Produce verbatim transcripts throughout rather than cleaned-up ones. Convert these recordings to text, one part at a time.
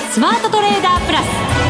スマートトレーダープラス。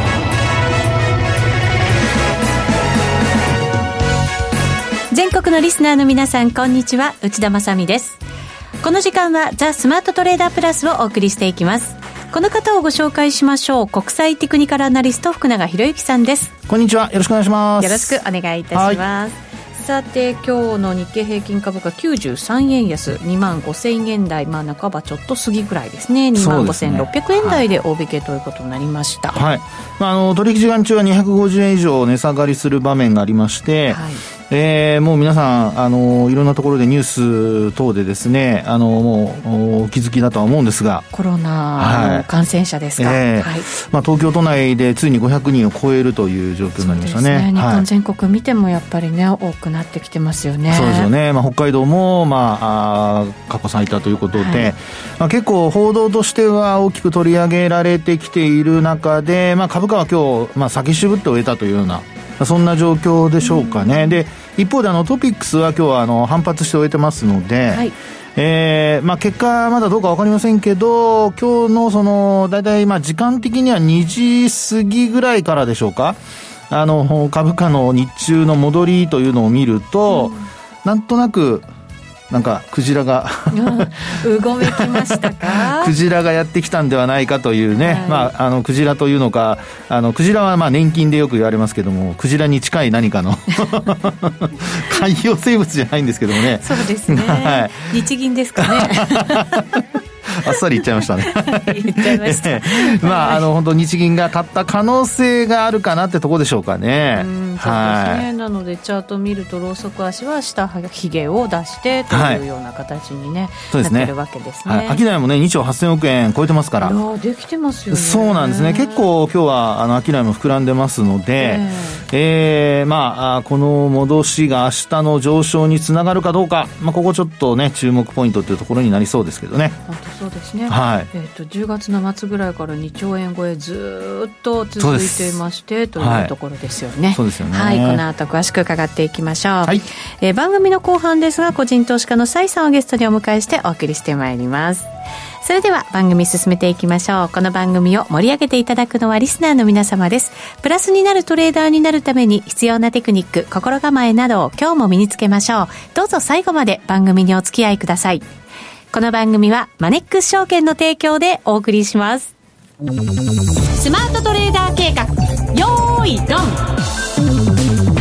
全国のリスナーの皆さん、こんにちは、内田まさみです。この時間はザ・スマートトレーダープラスをお送りしていきます。この方をご紹介しましょう。国際テクニカルアナリスト福永博之さんです。 こんにちは、よろしくお願いします。 よろしくお願いいたします。さて、今日の日経平均株価きゅうじゅうさんえん安 にまんごせんえん台、まあ、半ばちょっと過ぎぐらいですね。 にまんごせんろっぴゃくえん台で大引けということになりました。 はい、まあ、あの取引時間中はにひゃくごじゅうえん以上値下がりする場面がありまして、はい、えー、もう皆さんあのいろんなところでニュース等でですね、あのもうお気づきだとは思うんですが、 コロナの感染者ですか、はい、えーはい、まあ、東京都内でついにごひゃくにんを超えるという状況になりましたね。 そうですね、 はい、 日本全国見てもやっぱりね、多くなってきてますよね。 そうですよね、まあ、北海道も、まあ、あ過去最多ということで、はい、まあ、結構報道としては大きく取り上げられてきている中で、まあ、株価は今日、まあ、先渋って終えたというような、そんな状況でしょうかね。で、一方であのトピックスは今日はあの反発して終えてますので、はい、えーまあ、結果まだどうか分かりませんけど、今日のそのだいたいまあ時間的にはにじ過ぎぐらいからでしょうか、あの株価の日中の戻りというのを見ると、うん、なんとなくなんかクジラがうごめきましたかクジラがやってきたんではないかというね、はい、まあ、あのクジラというのか、あのクジラはまあ年金でよく言われますけども、クジラに近い何かの海洋生物じゃないんですけどもね。 そうですね、はい、日銀ですかねあっさり言っちゃいましたね言っちゃいましたまあ、あの本当日銀が買った可能性があるかなってところでしょうかね。 うん、そうですね、はい、なのでチャートを見るとローソク足は下髭を出してというような形に、ね、はい、なってるわけですね。 はい、商いもねにちょうはっせんおくえん超えてますから。 いやできてますよね。 そうなんですね。結構今日はあの商いも膨らんでますので、えーえー、まあこの戻しが明日の上昇につながるかどうか、まあ、ここちょっとね注目ポイントというところになりそうですけどね。 本当そうですね、 はい、 えー、とじゅうがつの末ぐらいからにちょうえん超えずっと続いていましてというところですよね。 そうですよね。 はい、この後詳しく伺っていきましょう。はい、えー、番組の後半ですが、個人投資家の蔡さんをゲストにお迎えしてお送りしてまいります。それでは番組進めていきましょう。この番組を盛り上げていただくのはリスナーの皆様です。プラスになるトレーダーになるために必要なテクニック、心構えなどを今日も身につけましょう。どうぞ最後まで番組にお付き合いください。この番組はマネックス証券の提供でお送りします。スマートトレーダー計画、よーいドン。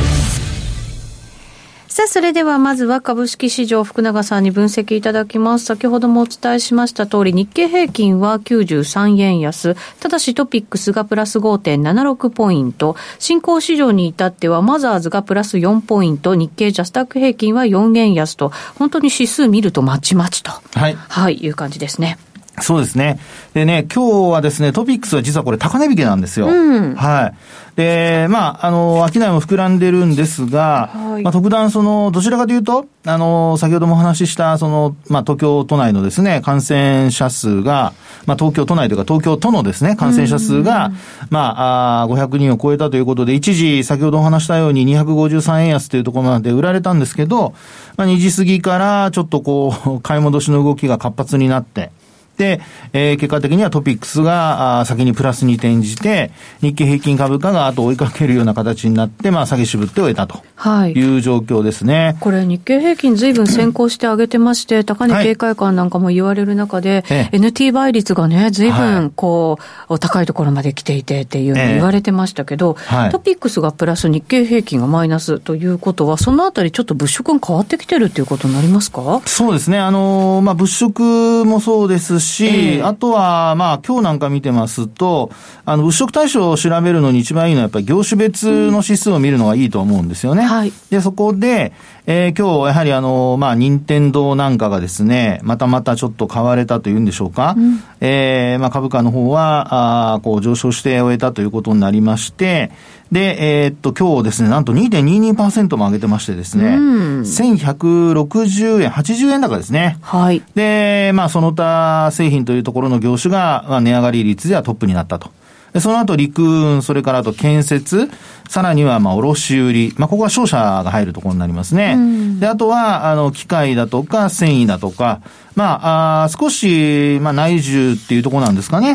さあ、それではまずは株式市場、福永さんに分析いただきます。先ほどもお伝えしました通り、日経平均はきゅうじゅうさんえん安、ただしトピックスがプラス ごてんななろく ポイント、新興市場に至ってはマザーズがプラスよんポイント、日経ジャスタック平均はよんえん安と、本当に指数見るとまちまちと、はい、はい、いう感じですね。 そうですね。でね、今日はですね、トピックスは実はこれ高値引けなんですよ。うん、はい。で、まあ、あの、商いも膨らんでるんですが、はい、まあ、特段その、どちらかというと、あの、先ほどもお話しした、その、まあ、東京都内のですね、感染者数が、まあ、東京都内というか東京都のですね、感染者数が、まあ、あごひゃくにんを超えたということで、一時、先ほどお話したようににひゃくごじゅうさんえん安というところまで売られたんですけど、まあ、にじ過ぎからちょっとこう、買い戻しの動きが活発になって、で、えー、結果的にはトピックスが先にプラスに転じて、日経平均株価が後追いかけるような形になって、まあ、下げ渋って終えたという状況ですね。はい、 これ、日経平均ずいぶん先行して上げてまして、高値警戒感なんかも言われる中で、はい、エヌティー 倍率がね、ずいぶんこう、はい、高いところまで来ていてっていうの言われてましたけど、はい、トピックスがプラス、日経平均がマイナスということは、そのあたりちょっと物色が変わってきてるっていうことになりますか？ そうですね。あの、まあ、物色もそうですし、し、えー、あとは、まあ、今日なんか見てますと、あの、物色対象を調べるのに一番いいのは、やっぱり業種別の指数を見るのがいいと思うんですよね。うん、はい。で、そこで、えー、今日、やはりあの、まあ、任天堂なんかがですね、またまたちょっと買われたというんでしょうか。うん、えー、まあ、株価の方は、あこう、上昇して終えたということになりまして、で、えー、っと、今日ですね、なんと にてんににパーセント も上げてましてですね、うん、せんひゃくろくじゅうえん、はちじゅうえん高ですね。はい。で、まあ、その他製品というところの業種が、まあ、値上がり率ではトップになったと。で、その後、陸運、それからあと建設、さらには、まあ、卸売、まあ、ここは商社が入るところになりますね。うん、で、あとは、あの、機械だとか、繊維だとか、まあ、あ少し、まあ、内需っていうところなんですかね。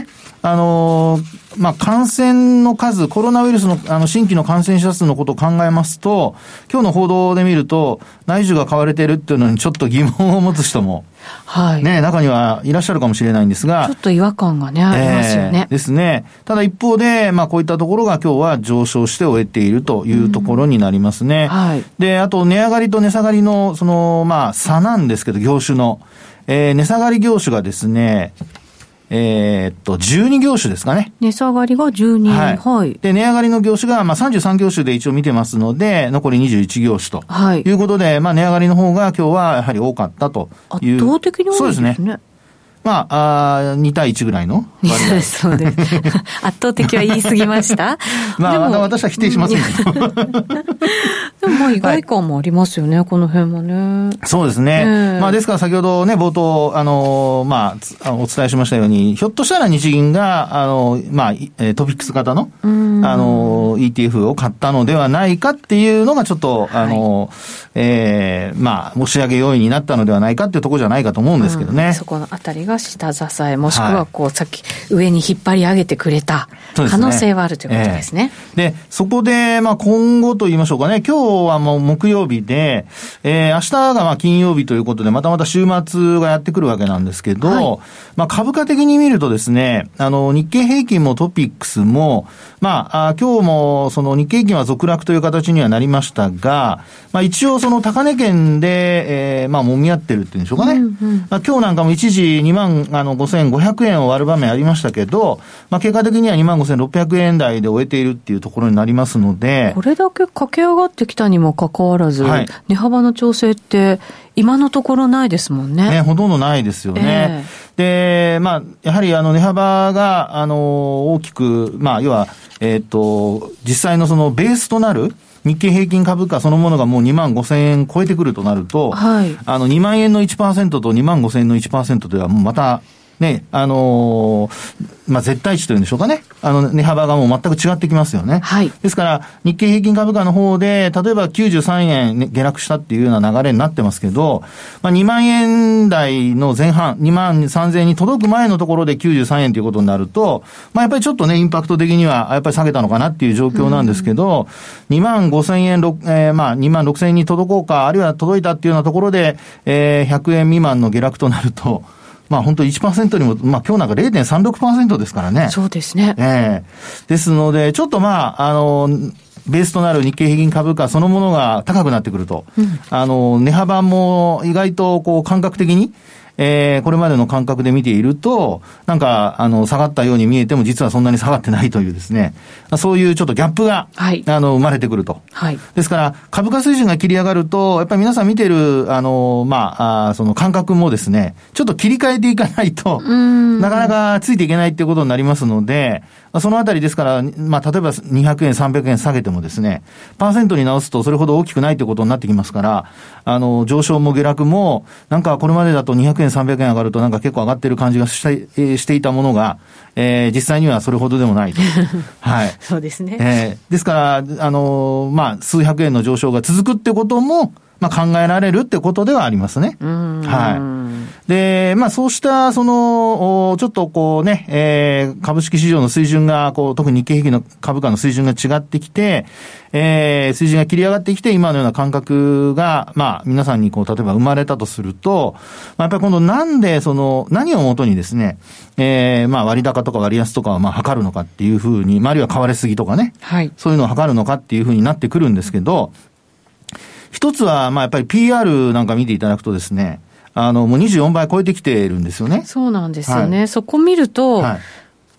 あのー、まあ、感染の数、コロナウイルスの、あの、新規の感染者数のことを考えますと、今日の報道で見ると、内需が買われてるっていうのにちょっと疑問を持つ人も、はい。ね、中にはいらっしゃるかもしれないんですが。 ちょっと違和感がね、ありますよね。 えー、ですね。ただ一方で、まあ、こういったところが今日は上昇して終えているというところになりますね。うん、はい。で、あと、値上がりと値下がりの、その、まあ、差なんですけど、業種の。えー、値下がり業種がですね、えー、っと、じゅうに業種ですかね。 値下がりがじゅうに。はい。はい、 で、値上がりの業種が、まあ、さんじゅうさん業種で一応見てますので、残りにじゅういち業種と。はい。いうことで、まあ、値上がりの方が今日はやはり多かったという。 圧倒的に多いですね。そうですね。 まあ、あに対いちぐらいの割合。 そうです。圧倒的は言い過ぎましたまあ、私は否定しませんけど。 でも、まあ、意外感もありますよね、はい、この辺もね。 そうですね。えー、まあ、ですから先ほどね、冒頭、あの、まあ、お伝えしましたように、ひょっとしたら日銀が、あの、まあ、トピックス型の、あの、イーティーエフ を買ったのではないかっていうのが、ちょっと、あの、はい、ええー、まあ、申し上げ要因になったのではないかっていうところじゃないかと思うんですけどね。うん、 そこのあたりが下支え、もしくはこう、はい、さっき上に引っ張り上げてくれた可能性はあるということですね。 えー、で、そこで、まあ今後と言いましょうかね、今日はもう木曜日で、えー、明日がまあ金曜日ということで、またまた週末がやってくるわけなんですけど、はい、まあ株価的に見るとですね、あの、日経平均もトピックスも、まあ、あ今日もその日経平均は続落という形にはなりましたが、まあ一応その高値圏で、えー、まあ揉み合ってるっていうんでしょうかね。うんうん、まあ今日なんかも一時にまんごせんごひゃくえんを割る場面ありましたけど、まあ結果的にはにまんごせんろっぴゃくえん台で終えているっていうところになりますので。 これだけ駆け上がってきたにもかかわらず、はい、値幅の調整って今のところないですもんね。 ね、ほとんどないですよね。えー、で、まあ、やはりあの値幅が、あの、大きく、まあ、要は、えっと、実際のそのベースとなる日経平均株価そのものがもうにまんごせんえん超えてくるとなると、はい、あのにまんえんの いちパーセント とにまんごせんえんの いちパーセント ではもうまた、ね、あのー、まあ、絶対値というんでしょうかね。あの、値幅がもう全く違ってきますよね。はい。ですから、日経平均株価の方で、例えばきゅうじゅうさんえん、ね、下落したっていうような流れになってますけど、まあ、にまんえん台の前半、にまんさんぜんえんに届く前のところできゅうじゅうさんえんということになると、まあ、やっぱりちょっとね、インパクト的には、やっぱり下げたのかなっていう状況なんですけど、にまんごせんえん、えー、まあ、にまんろくせんえんに届こうか、あるいは届いたっていうようなところで、えー、ひゃくえん未満の下落となると、まあ本当 いちパーセント にも、まあ今日なんか れいてんさんろくパーセント ですからね。 そうですね。 ええー。ですので、ちょっとまあ、あの、ベースとなる日経平均株価そのものが高くなってくると、うん、あの、値幅も意外とこう感覚的に、えー、これまでの感覚で見ていると、なんか、あの、下がったように見えても実はそんなに下がってないというですね、そういうちょっとギャップが、はい、あの、生まれてくると。はい。ですから、株価水準が切り上がると、やっぱり皆さん見てる、あの、まあ、あその感覚もですね、ちょっと切り替えていかないと、なかなかついていけないっていうことになりますので、そのあたりですから、まあ、例えばにひゃくえん、さんびゃくえん下げてもですね、パーセントに直すとそれほど大きくないということになってきますから、あの、上昇も下落も、なんかこれまでだとにひゃくえん、さんびゃくえん上がるとなんか結構上がってる感じがして、えー、していたものが、えー、実際にはそれほどでもないと。はい。 そうですね。 えー、ですから、あの、まあ、数百円の上昇が続くってことも、まあ、考えられるってことではありますね。はい。で、まあ、そうした、その、ちょっとこうね、えー、株式市場の水準が、こう、特に日経平均の株価の水準が違ってきて、えー、水準が切り上がってきて、今のような感覚が、まあ、皆さんにこう、例えば生まれたとすると、まあ、やっぱり今度なんで、その、何をもとにですね、えー、まあ、割高とか割安とかは、まあ、測るのかっていうふうに、まあ、あるいは買われすぎとかね、はい。そういうのを測るのかっていうふうになってくるんですけど、一つは、まあ、やっぱり ピーアール なんか見ていただくとですね、あの、もうにじゅうよんばい超えてきているんですよね。 そうなんですよね。はい、そこ見ると、はい、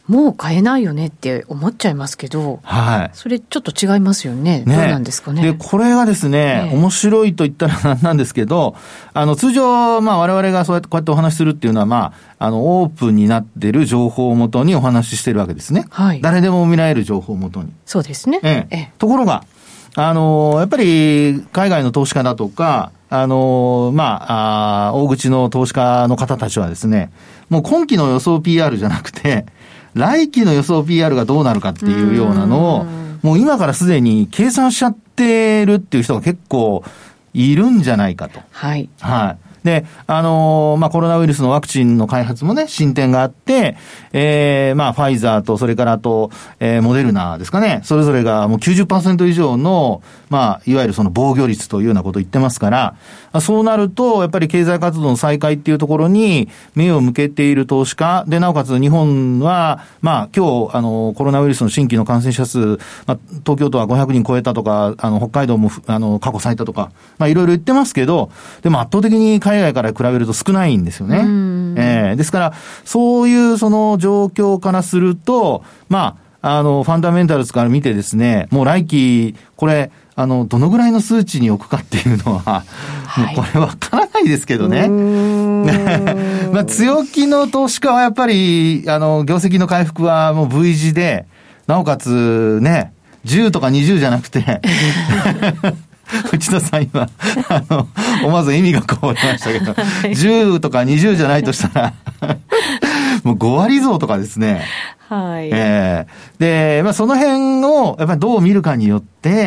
もう買えないよねって思っちゃいますけど、はい。それちょっと違いますよね。ね、どうなんですかね。 で、これがですね、ね面白いと言ったらなんなんですけど、あの、通常、まあ、我々がそうやってこうやってお話しするっていうのは、まあ、あの、オープンになっている情報をもとにお話ししてるわけですね。はい。誰でも見られる情報をもとに。 そうですね。 ええ。ええ、ところが、あの、やっぱり海外の投資家だとか、あの、まあ、あ大口の投資家の方たちはですね、もう今期の予想 ピーアール じゃなくて、来期の予想 ピーアール がどうなるかっていうようなのを、もう今からすでに計算しちゃってるっていう人が結構いるんじゃないかと。はい。はい。 で、あのー、まあ、コロナウイルスのワクチンの開発もね、進展があって、えー、まあ、ファイザーと、それからあと、えー、モデルナですかね、それぞれがもう きゅうじゅっパーセント 以上の、まあ、いわゆるその防御率というようなことを言ってますから、そうなると、やっぱり経済活動の再開っていうところに目を向けている投資家で、なおかつ日本は、まあ、今日、あの、コロナウイルスの新規の感染者数、まあ、東京都はごひゃくにん超えたとか、あの、北海道も、あの、過去最多とか、まあ、いろいろ言ってますけど、でも圧倒的に海外から比べると少ないんですよね。えー、ですから、そういうその状況からすると、まあ、あの、ファンダメンタルズから見てですね、もう来期、これ、あの、どのぐらいの数値に置くかっていうのは、はい、もうこれわからないですけどね。まあ、強気の投資家はやっぱり、あの、業績の回復はもう V 字で、なおかつね、じゅうとかにじゅうじゃなくて、内田さん今、あの、思わず意味がこぼれましたけど、はい、じゅうとかにじゅうじゃないとしたら、もうご割増とかですね。 はい。 えー、で、まあ、その辺を、やっぱりどう見るかによって、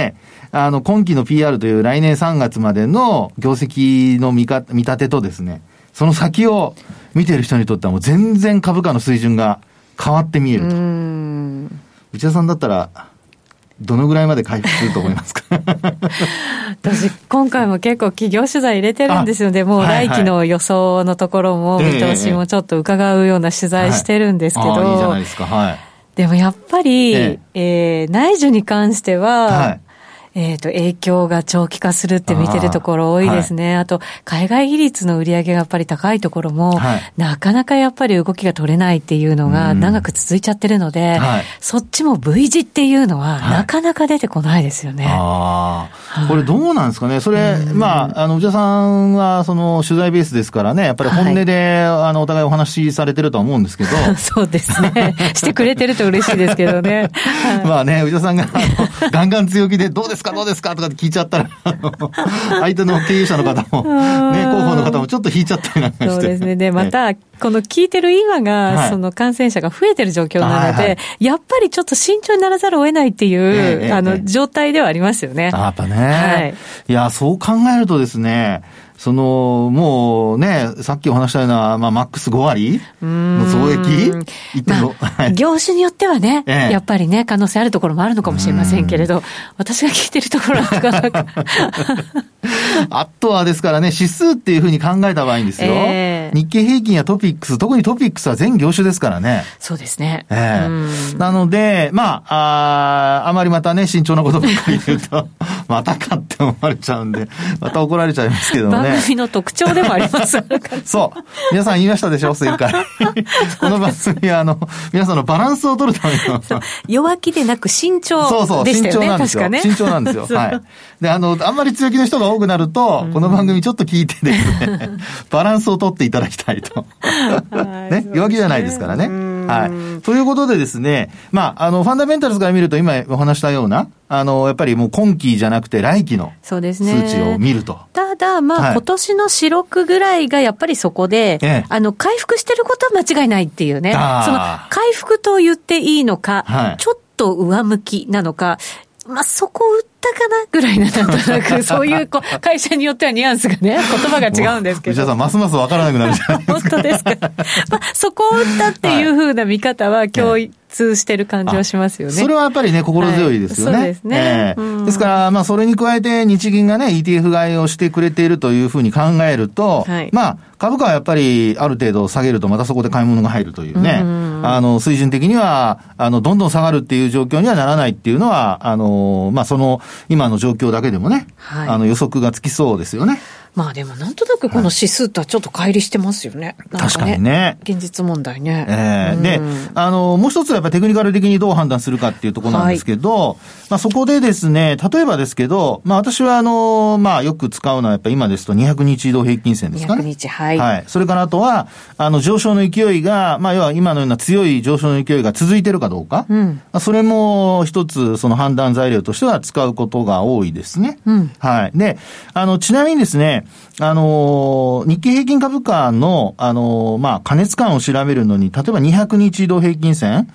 あの、今期の ピーアール という来年さんがつまでの業績の見か、見立てとですね、その先を見ている人にとってはもう全然株価の水準が変わって見えると。うーん、内田さんだったら、どのぐらいまで回復すると思いますか？ 私今回も結構企業取材入れてるんですよね。もう来期の予想のところも見通しもちょっと伺うような取材してるんですけど、 はいはい、あ、いいじゃないですか。はい。 でもやっぱり、えええー、内需に関しては、はい、えっと、影響が長期化するって見てるところ多いですね。あ、はい、あと、海外比率の売り上げがやっぱり高いところも、はい、なかなかやっぱり動きが取れないっていうのが長く続いちゃってるので、はい、そっちも V 字っていうのはなかなか出てこないですよね。はい、 ああ、これどうなんですかね。それ、まあ、あの、内田さんはその取材ベースですからね、やっぱり本音で、はい、あの、お互いお話しされてるとは思うんですけど。 そうですね。してくれてると嬉しいですけどね。 はい、まあね、内田さんがあのガンガン強気でどうですかどうですかとかって聞いちゃったら、相手の経営者の方も、ね、広報の方もちょっと引いちゃったりなんかして。 そうですね。で、また、この聞いてる今が、はい、その感染者が増えてる状況なので、はいはい、やっぱりちょっと慎重にならざるを得ないっていう、えー、あの、えー、状態ではありますよね。 やっぱね。はい。いや、そう考えるとですね、その、もうね、さっきお話したような、まあ、マックスご割の増益言っても、 まあ、業種によってはね、ええ、やっぱりね、可能性あるところもあるのかもしれませんけれど、私が聞いてるところはなかなか。 あとはですからね、指数っていうふうに考えた場合にですよ、えー、日経平均やトピックス、特にトピックスは全業種ですからね。 そうですね。 えー、なので、まあ、あ、あまりまたね、慎重なことばっかり言うと、またかって思われちゃうんで、また怒られちゃいますけどね。 番組の特徴でもありますそう。皆さん言いましたでしょ、正解。この番組は、あの、皆さんのバランスを取るための。 弱気でなく慎重でしたよね。そうそう、慎重なんですよ。 ね、慎重なんですよ。はい。で、あの、あんまり強気の人が多くなると、うん、この番組ちょっと聞いてですね、バランスを取っていただきたいと。ね、弱気じゃないですからね。はい。ということでですね、まあ、あの、ファンダメンタルズから見ると、今お話したような、あの、やっぱりもう今期じゃなくて来期の数値を見ると。 ただ、まあ、はい、今年の四六ぐらいがやっぱりそこで、ええ、あの、回復してることは間違いないっていうね。その、回復と言っていいのか、はい、ちょっと上向きなのか、まあ、そこを打ったかなぐらいな、なんとなく、そういうこう会社によってはニュアンスがね、言葉が違うんですけど。 内田さん、ますます分からなくなるじゃないですか。 本当ですか。まあ、そこを打ったっていうふうな見方は、共通してる感じはしますよね。 それはやっぱりね、心強いですよね。はい、そうですね。えー、ですから、まあ、それに加えて、日銀がね、イーティーエフ 買いをしてくれているというふうに考えると、はい、まあ、株価はやっぱりある程度下げるとまたそこで買い物が入るというね、うんあの、水準的には、あの、どんどん下がるっていう状況にはならないっていうのは、あの、まあ、その、今の状況だけでもね、はい、あの、予測がつきそうですよね。 まあでもなんとなくこの指数とはちょっと乖離してますよね。 はい、なんかね、確かにね。 現実問題ね。 えー、で、あの、もう一つはやっぱりテクニカル的にどう判断するかっていうところなんですけど、はい、まあそこでですね、例えばですけど、まあ私はあの、まあよく使うのはやっぱり今ですとにひゃくにち移動平均線ですかね。 にひゃくにち、はい。 はい。それからあとは、あの上昇の勢いが、まあ要は今のような強い上昇の勢いが続いてるかどうか。うん、それも一つその判断材料としては使うことが多いですね。うん、はい。で、あの、ちなみにですね、あの、日経平均株価の、あの、まあ、過熱感を調べるのに、例えばにひゃくにち移動平均線、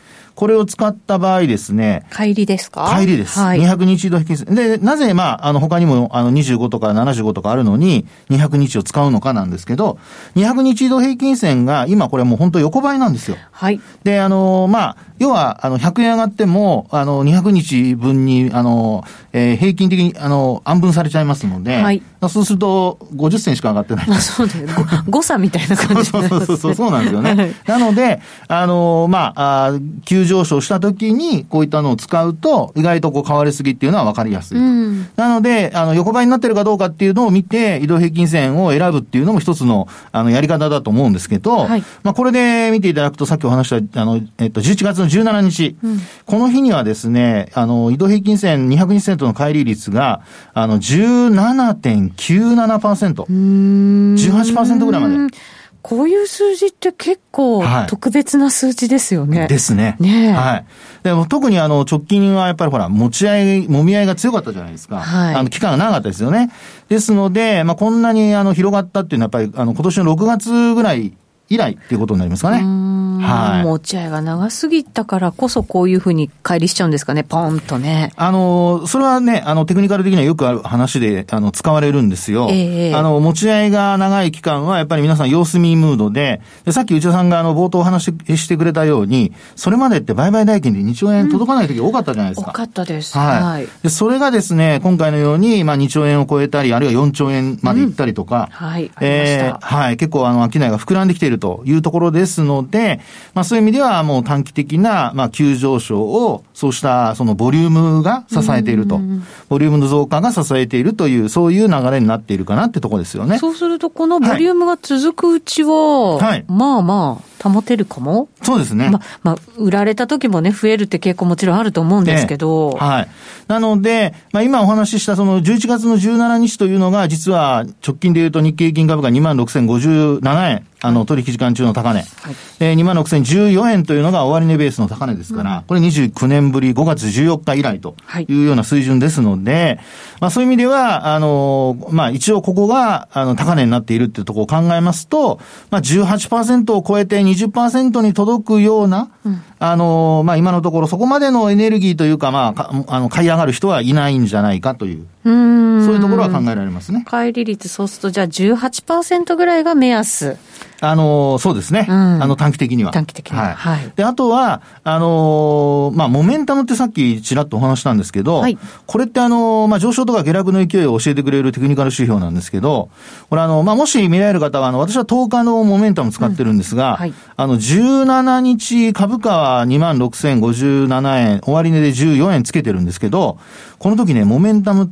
これを使った場合ですね。 乖離ですか？ 乖離です。はい、にひゃくにち移動平均線。で、なぜ、まあ、あの、他にも、あの、にじゅうごとかななじゅうごとかあるのに、にひゃくにちを使うのかなんですけど、にひゃくにち移動平均線が、今これもう本当横ばいなんですよ。 はい。で、 あの、まあ、要は、あの、ひゃくえん上がっても、あの、にひゃくにち分に、あの、えー、平均的に、あの、暗分されちゃいますので、はい。そうすると、ごじゅっせんしか上がってない。 あ、そうだよ。誤差みたいな感じになりますね。 そうそうそう、そうなんですよね。はい、なので、あの、まあ、あ急上昇した時に、こういったのを使うと、意外とこう、変わりすぎっていうのは分かりやすいと。うん、なので、あの、横ばいになってるかどうかっていうのを見て、移動平均線を選ぶっていうのも一つの、あの、やり方だと思うんですけど、はい、まあ、これで見ていただくと、さっきお話した、あの、えっと、じゅういちがつのじゅうしちにち、うん、この日にはですね、あの、移動平均線にひゃくにち線との乖離率が、あの、じゅうななてんきゅうななパーセント。じゅうはちパーセント ぐらいまで。 こういう数字って結構特別な数字ですよね。 はい、ですね。 ねえ。 はい。でも特にあの直近はやっぱりほら、持ち合い、揉み合いが強かったじゃないですか。はい。あの期間が長かったですよね。ですので、まあこんなにあの広がったっていうのはやっぱりあの今年のろくがつぐらい以来っていうことになりますかね。うーん、はい。持ち合いが長すぎたからこそこういうふうに乖離しちゃうんですかね、ポーンとね。 あの、それはね、あの、テクニカル的にはよくある話で、あの、使われるんですよ。えー、あの、持ち合いが長い期間はやっぱり皆さん様子見ムードで、でさっき内田さんがあの、冒頭お話ししてくれたように、それまでって売買代金でにちょうえん届かない時多かったじゃないですか。 うん、多かったです。 はい。はい、で、それがですね、今回のように、まあ、にちょうえんを超えたり、あるいはよんちょうえんまで行ったりとか、 うん、はい。 えー、はい。結構あの、商いが膨らんできているというところですので、まあそういう意味ではもう短期的な、まあ急上昇を、そうしたそのボリュームが支えていると。ボリュームの増加が支えているという、そういう流れになっているかなってところですよね。 そうすると、このボリュームが続くうちは、はい、まあまあ、保てるかも。 そうですね。 ま、まあ、売られた時もね、増えるって傾向もちろんあると思うんですけど。 はい。なので、まあ今お話ししたそのじゅういちがつのじゅうしちにちというのが、実は直近で言うと日経平均株価 にまんろくせんごじゅうななえん。あの、取引時間中の高値。はい、えー、にまんろくせんじゅうよえんというのが終値ベースの高値ですから、うん、これにじゅうきゅうねんぶりごがつじゅうよっか以来というような水準ですので、はい、まあそういう意味では、あの、まあ一応ここが、あの、高値になっているっていうところを考えますと、まあ じゅうはちパーセント を超えて にじゅっパーセント に届くような、うん、あの、まあ今のところそこまでのエネルギーというか、まあ、あの、買い上がる人はいないんじゃないかという。うーん、そういうところは考えられますね。 乖離率、そうするとじゃあ じゅうはちパーセント ぐらいが目安。 あの、そうですね。うん、あの、短期的には。 短期的には。 はい。はい、で、あとは、あの、まあ、モメンタムってさっきちらっとお話したんですけど、はい、これってあの、まあ、上昇とか下落の勢いを教えてくれるテクニカル指標なんですけど、これあの、まあ、もし見られる方は、あの、私はとおかのモメンタム使ってるんですが、うん、はい、あの、じゅうしちにち株価は にまんろくせんごじゅうななえん、終値でじゅうよえんつけてるんですけど、この時ね、モメンタムって、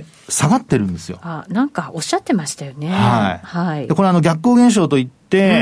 下がってるんですよ。 あ、なんかおっしゃってましたよね。 はい。 はい。 で、これあの逆行現象といって、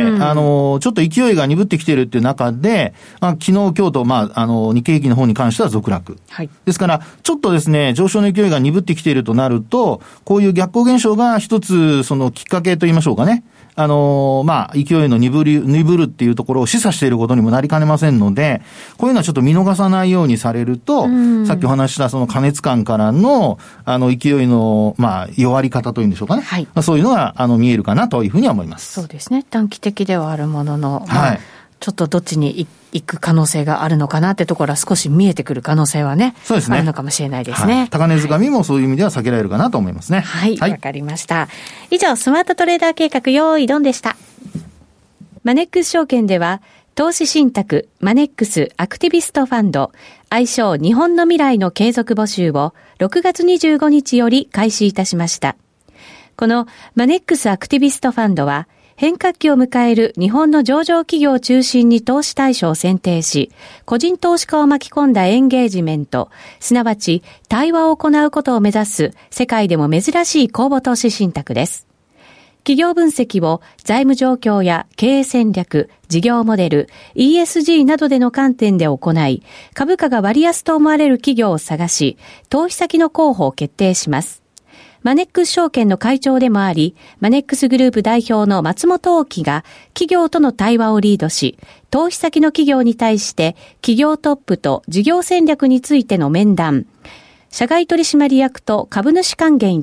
うん、あの、ちょっと勢いが鈍ってきてるっていう中で、まあ、昨日、今日と、まあ、あの、日経平均の方に関しては続落。はい。ですから、ちょっとですね、上昇の勢いが鈍ってきているとなると、こういう逆行現象が一つ、そのきっかけと言いましょうかね。あのー、まあ、勢いの鈍り、鈍るっていうところを示唆していることにもなりかねませんので、こういうのはちょっと見逃さないようにされると、さっきお話したその過熱感からの、あの、勢いの、まあ、弱り方というんでしょうかね。はい。そういうのが、あの、見えるかなというふうには思います。 そうですね。短期的ではあるものの、まあ、はい。ちょっとどっちに行く可能性があるのかなってところは少し見えてくる可能性はね。そうですね。あるのかもしれないですね。はい、 高値掴みもそういう意味では避けられるかなと思いますね。 はい。わ、はい、かりました。以上、スマートトレーダー計画用意ドンでした。マネックス証券では、投資信託マネックスアクティビストファンド、愛称日本の未来の継続募集をろくがつにじゅうごにちより開始いたしました。このマネックスアクティビストファンドは、変革期を迎える日本の上場企業を中心に投資対象を選定し、個人投資家を巻き込んだエンゲージメント、すなわち対話を行うことを目指す世界でも珍しい公募投資信託です。企業分析を財務状況や経営戦略、事業モデル、イーエスジー などでの観点で行い、株価が割安と思われる企業を探し、投資先の候補を決定します。マネックス証券の会長でもあり、マネックスグループ代表の松本大樹が企業との対話をリードし、投資先の企業に対して企業トップと事業戦略についての面談、社外取締役と株主還元や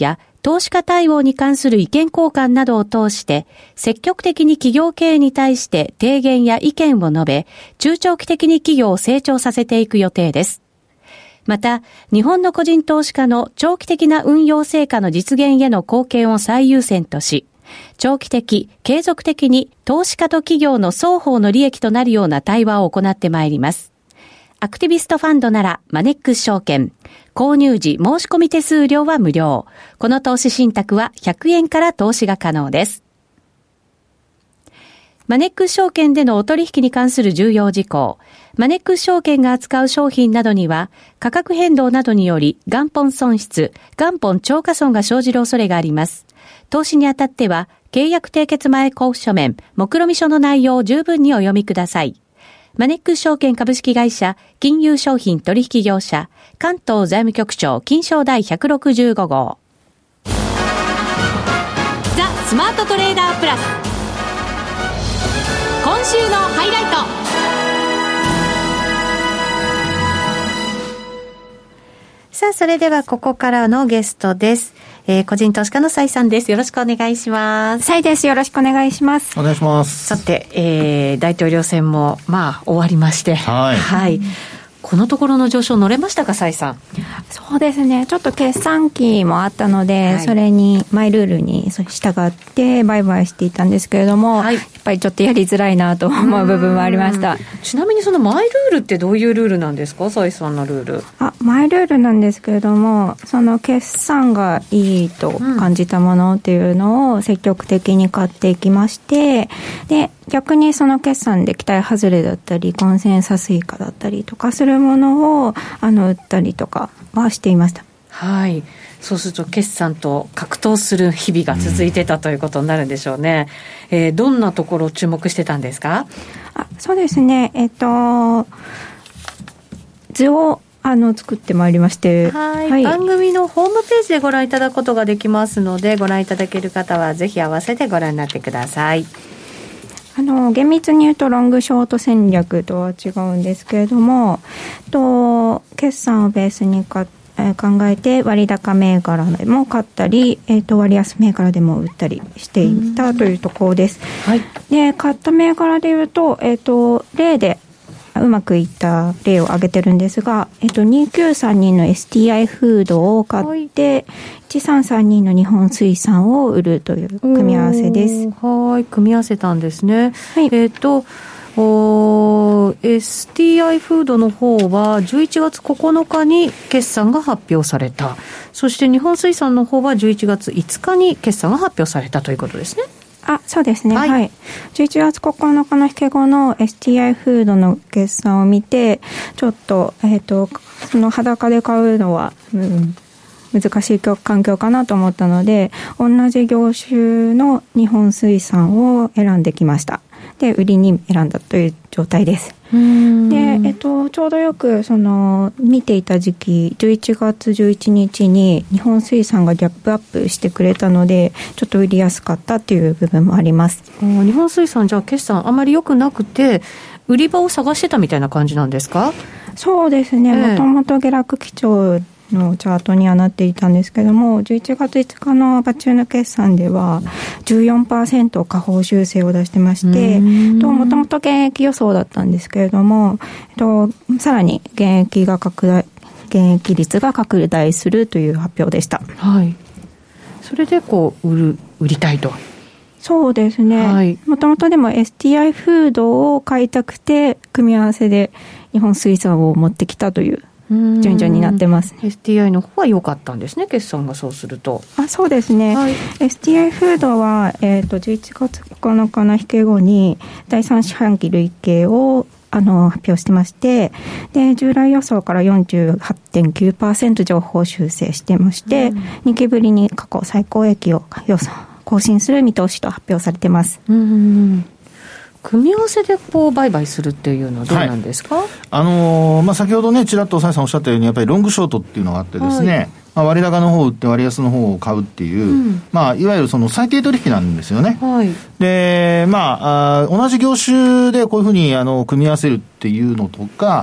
投資家対応に関する意見交換などを通して、積極的に企業経営に対して提言や意見を述べ、中長期的に企業を成長させていく予定です。また、日本の個人投資家の長期的な運用成果の実現への貢献を最優先とし、長期的、継続的に投資家と企業の双方の利益となるような対話を行ってまいります。アクティビストファンドならマネックス証券。購入時申し込み手数料は無料。この投資信託はひゃくえんから投資が可能です。マネックス証券でのお取引に関する重要事項。マネックス証券が扱う商品などには価格変動などにより元本損失、元本超過損が生じる恐れがあります。投資にあたっては契約締結前交付書面、目論見書の内容を十分にお読みください。マネックス証券株式会社金融商品取引業者関東財務局長金商第ひゃくろくじゅうご号。ザ・スマートトレーダープラス、今週のハイライト。さあ、それではここからのゲストです。えー、個人投資家の蔡さんです。よろしくお願いします。 蔡です。よろしくお願いします。 お願いします。 さて、えー、大統領選もまあ終わりまして、はい、はい、このところの上昇乗れましたか、蔡さん。 そうですね、ちょっと決算期もあったので、はい、それにマイルールに従って売買していたんですけれども、はい、やっぱりちょっとやりづらいなと思う部分もありました。 ちなみにそのマイルールってどういうルールなんですか、蔡さんのルール。 あ、マイルールなんですけれども、その決算がいいと感じたものっていうのを積極的に買っていきまして、で逆にその決算で期待外れだったりコンセンサス以下だったりとかするものをあの売ったりとかはしていました。 はい、そうすると決算と格闘する日々が続いてたということになるんでしょうね。うん、えー、どんなところを注目してたんですか。 あ、そうですね、えっと図をあの作ってまいりまして、 はい、はい、番組のホームページでご覧いただくことができますので、ご覧いただける方はぜひ合わせてご覧になってください。 あの厳密に言うとロングショート戦略とは違うんですけれども、と決算をベースにか考えて割高銘柄でも買ったり、えー、と割安銘柄でも売ったりしていたというところです。はい、で買った銘柄で言うと、えー、と例でうまくいった例を挙げてるんですが、えっと、にきゅうさんにの エスティーアイ フードを買って、はい、いちさんさんにの日本水産を売るという組み合わせです。 はい、組み合わせたんですね。はい、えっとお エスティーアイ フードの方はじゅういちがつここのかに決算が発表された。そして日本水産の方はじゅういちがついつかに決算が発表されたということですね。 あ、そうですね、はい、はい、じゅういちがつここのかの引け後の エスティーアイ フードの決算を見て、ちょっと、えーと、その裸で買うのは、うん、難しい環境かなと思ったので、同じ業種の日本水産を選んできました。で、売りに選んだという状態です。で、えっと、ちょうどよくその見ていた時期、じゅういちがつじゅういちにちに日本水産がギャップアップしてくれたので、ちょっと売りやすかったっていう部分もあります。 日本水産じゃあ決算あまり良くなくて売り場を探してたみたいな感じなんですか。 そうですね、もともと下落基調のチャートにはなっていたんですけども、じゅういちがついつかの場中の決算では じゅうよんパーセント 下方修正を出してまして、もともと減益予想だったんですけれども、とさらに減益が拡大減益率が拡大するという発表でした。 はい、それでこう売る売りたいと。 そうですね、もともとでも エスティーアイ フードを買いたくて組み合わせで日本水産を持ってきたという順序になってます、ね、 エスティーアイ の方は良かったんですね、決算がそうすると。 あ、そうですね、はい、エスティーアイ フードは、えー、とじゅういちがつここのかの引け後にだいさん四半期累計をあの発表してまして、で従来予想から よんじゅうはちてんきゅうパーセント 上方修正してまして、うん、にきぶりに過去最高益を予想更新する見通しと発表されてます。うん、 組み合わせでこう売買するっていうのはどうなんですか。はい、 あのーまあ、先ほどねちらっと蔡さんおっしゃったようにやっぱりロングショートっていうのがあってですね、はい、まあ、割高の方を売って割安の方を買うっていう、うん、まあ、いわゆるその最低取引なんですよね。はい、で、まあ、あ同じ業種でこういうふうにあの組み合わせるっていうのとか、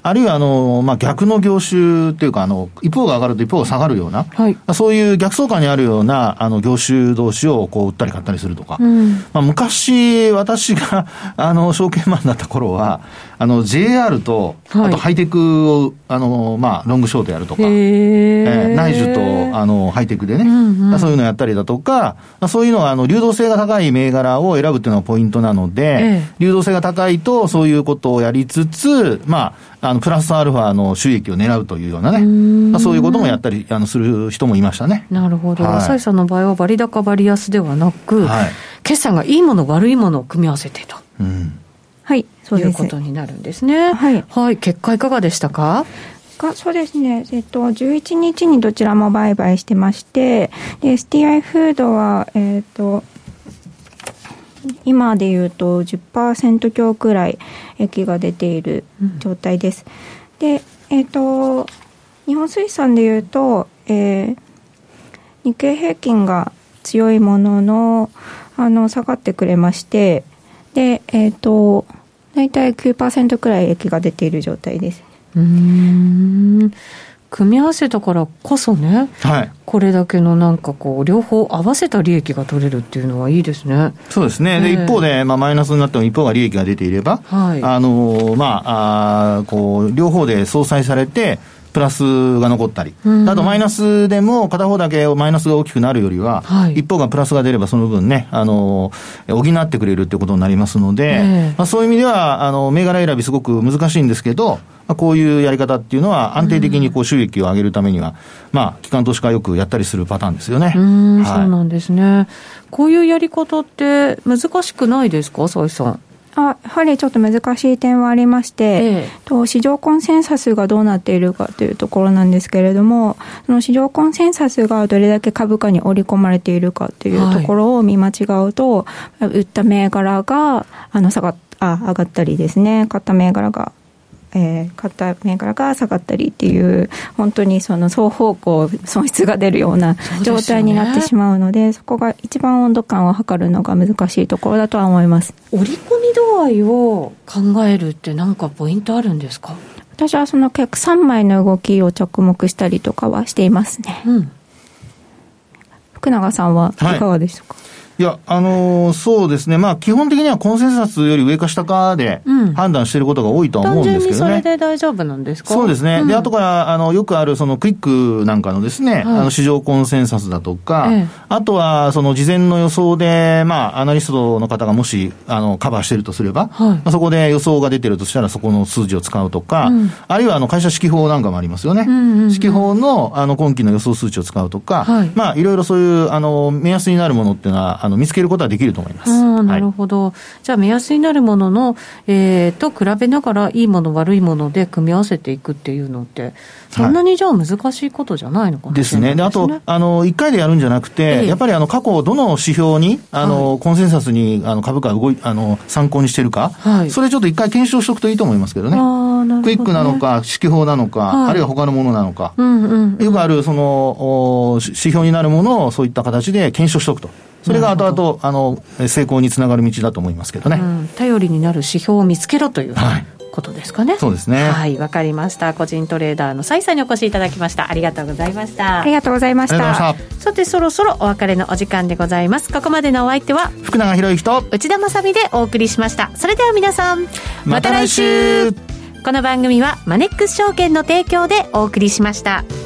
あるいはあの、まあ、逆の業種っていうか、あの、一方が上がると一方が下がるような、はい、そういう逆相関にあるような、あの、業種同士をこう、売ったり買ったりするとか。うん、まあ、昔、私が、あの、証券マンだった頃は、あの、ジェイアール と、はい、あとハイテクを、あの、まあ、ロングショートやるとか、えー、内需と、あの、ハイテクでね、うんうん、そういうのやったりだとか、そういうのは、あの、流動性が高い銘柄を選ぶっていうのがポイントなので、えー、流動性が高いと、そういうことをやりつつ、まあ、あの、プラスアルファの収益を狙うというようなね、まあ、そういうこともやったり、あの、する人もいましたね。 なるほど。浅井さんの場合は、割高割安ではなく、はい、決算がいいもの、悪いものを組み合わせてと。うん、はい、そうです。いうことになるんですね。はい。はい、結果いかがでしたか？ がそうですね、えっと、じゅういちにちにどちらも売買してまして、で エスティーアイ フードは、えっと、今でいうと じゅっパーセント 強くらい益が出ている状態です。うん、で、えっと、日本水産でいうと、えー、日経平均が強いものの、あの、下がってくれまして、で、えっと、だいたい きゅうパーセント くらい益が出ている状態です。 うーん、組み合わせたからこそね、はい、これだけのなんかこう両方合わせた利益が取れるっていうのはいいですね。 そうですね。で、一方で、まあ、マイナスになっても一方が利益が出ていれば、はい、あのまあ、あこう両方で相殺されてプラスが残ったり、うん、あとマイナスでも片方だけマイナスが大きくなるよりは、はい、一方がプラスが出ればその分ね、あの補ってくれるってことになりますので、えーまあ、そういう意味ではあの銘柄選びすごく難しいんですけど、まあ、こういうやり方っていうのは安定的にこう収益を上げるためには、うん、まあ機関投資家はよくやったりするパターンですよね。 うん、はい、そうなんですね。こういうやり方って難しくないですか、佐井さん？ あ、やはりちょっと難しい点はありまして、ええ、と市場コンセンサスがどうなっているかというところなんですけれども、その市場コンセンサスがどれだけ株価に織り込まれているかというところを見間違うと、はい、売った銘柄があの下がっあ上がったりですね、買った銘柄がえー、買った銘柄が下がったりっていう本当にその双方向損失が出るような状態になってしまうの で, で、 そ, ね、そこが一番温度感を測るのが難しいところだとは思います。 織り込み度合いを考えるって何かポイントあるんですか？ 私はその結構さんまいの動きを着目したりとかはしていますね。うん、福永さんはいかがでしたか？はい、 いや、あのー、そうですね。まあ、基本的にはコンセンサスより上か下かで判断していることが多いとは思うんですけどね。 単純にそれで大丈夫なんですか？ そうですね。うん、で、後から、あの、よくある、その、クイックなんかのですね、はい、あの、市場コンセンサスだとか、ええ、あとは、その、事前の予想で、まあ、アナリストの方がもし、あの、カバーしているとすれば、はい、まあ、そこで予想が出ているとしたら、そこの数字を使うとか、うん、あるいは、あの、会社指揮法なんかもありますよね。うんうんうん、指揮法の、あの、今期の予想数値を使うとか、はい、まあ、いろいろそういう、あの、目安になるものっていうのは、あの、見つけることはできると思います。 あ、なるほど、はい、じゃあ目安になるものの、えー、と比べながらいいもの悪いもので組み合わせていくっていうのってそんなにじゃあ難しいことじゃないのかもしれないですね。 ですね。で、あとあのいっかいでやるんじゃなくて、ええ、やっぱりあの過去どの指標にあの、はい、コンセンサスにあの株価が動いあの参考にしてるか、はい、それちょっといっかい検証しておくといいと思いますけどね。あ、なるほどね。クイックなのか指揮法なのか、はい、あるいは他のものなのか、うんうんうん、よくあるその指標になるものをそういった形で検証しておくと。それが後々あの成功につながる道だと思いますけどね。うん、 頼りになる指標を見つけろという、はい、ことですかね。 そうですね。 はい、わかりました。個人トレーダーの蔡さんにお越しいただきました。ありがとうございました。 ありがとうございました。 さて、そろそろお別れのお時間でございます。ここまでのお相手は福永博之と内田まさみでお送りしました。それでは皆さん、また来週。この番組はマネックス証券の提供でお送りしました。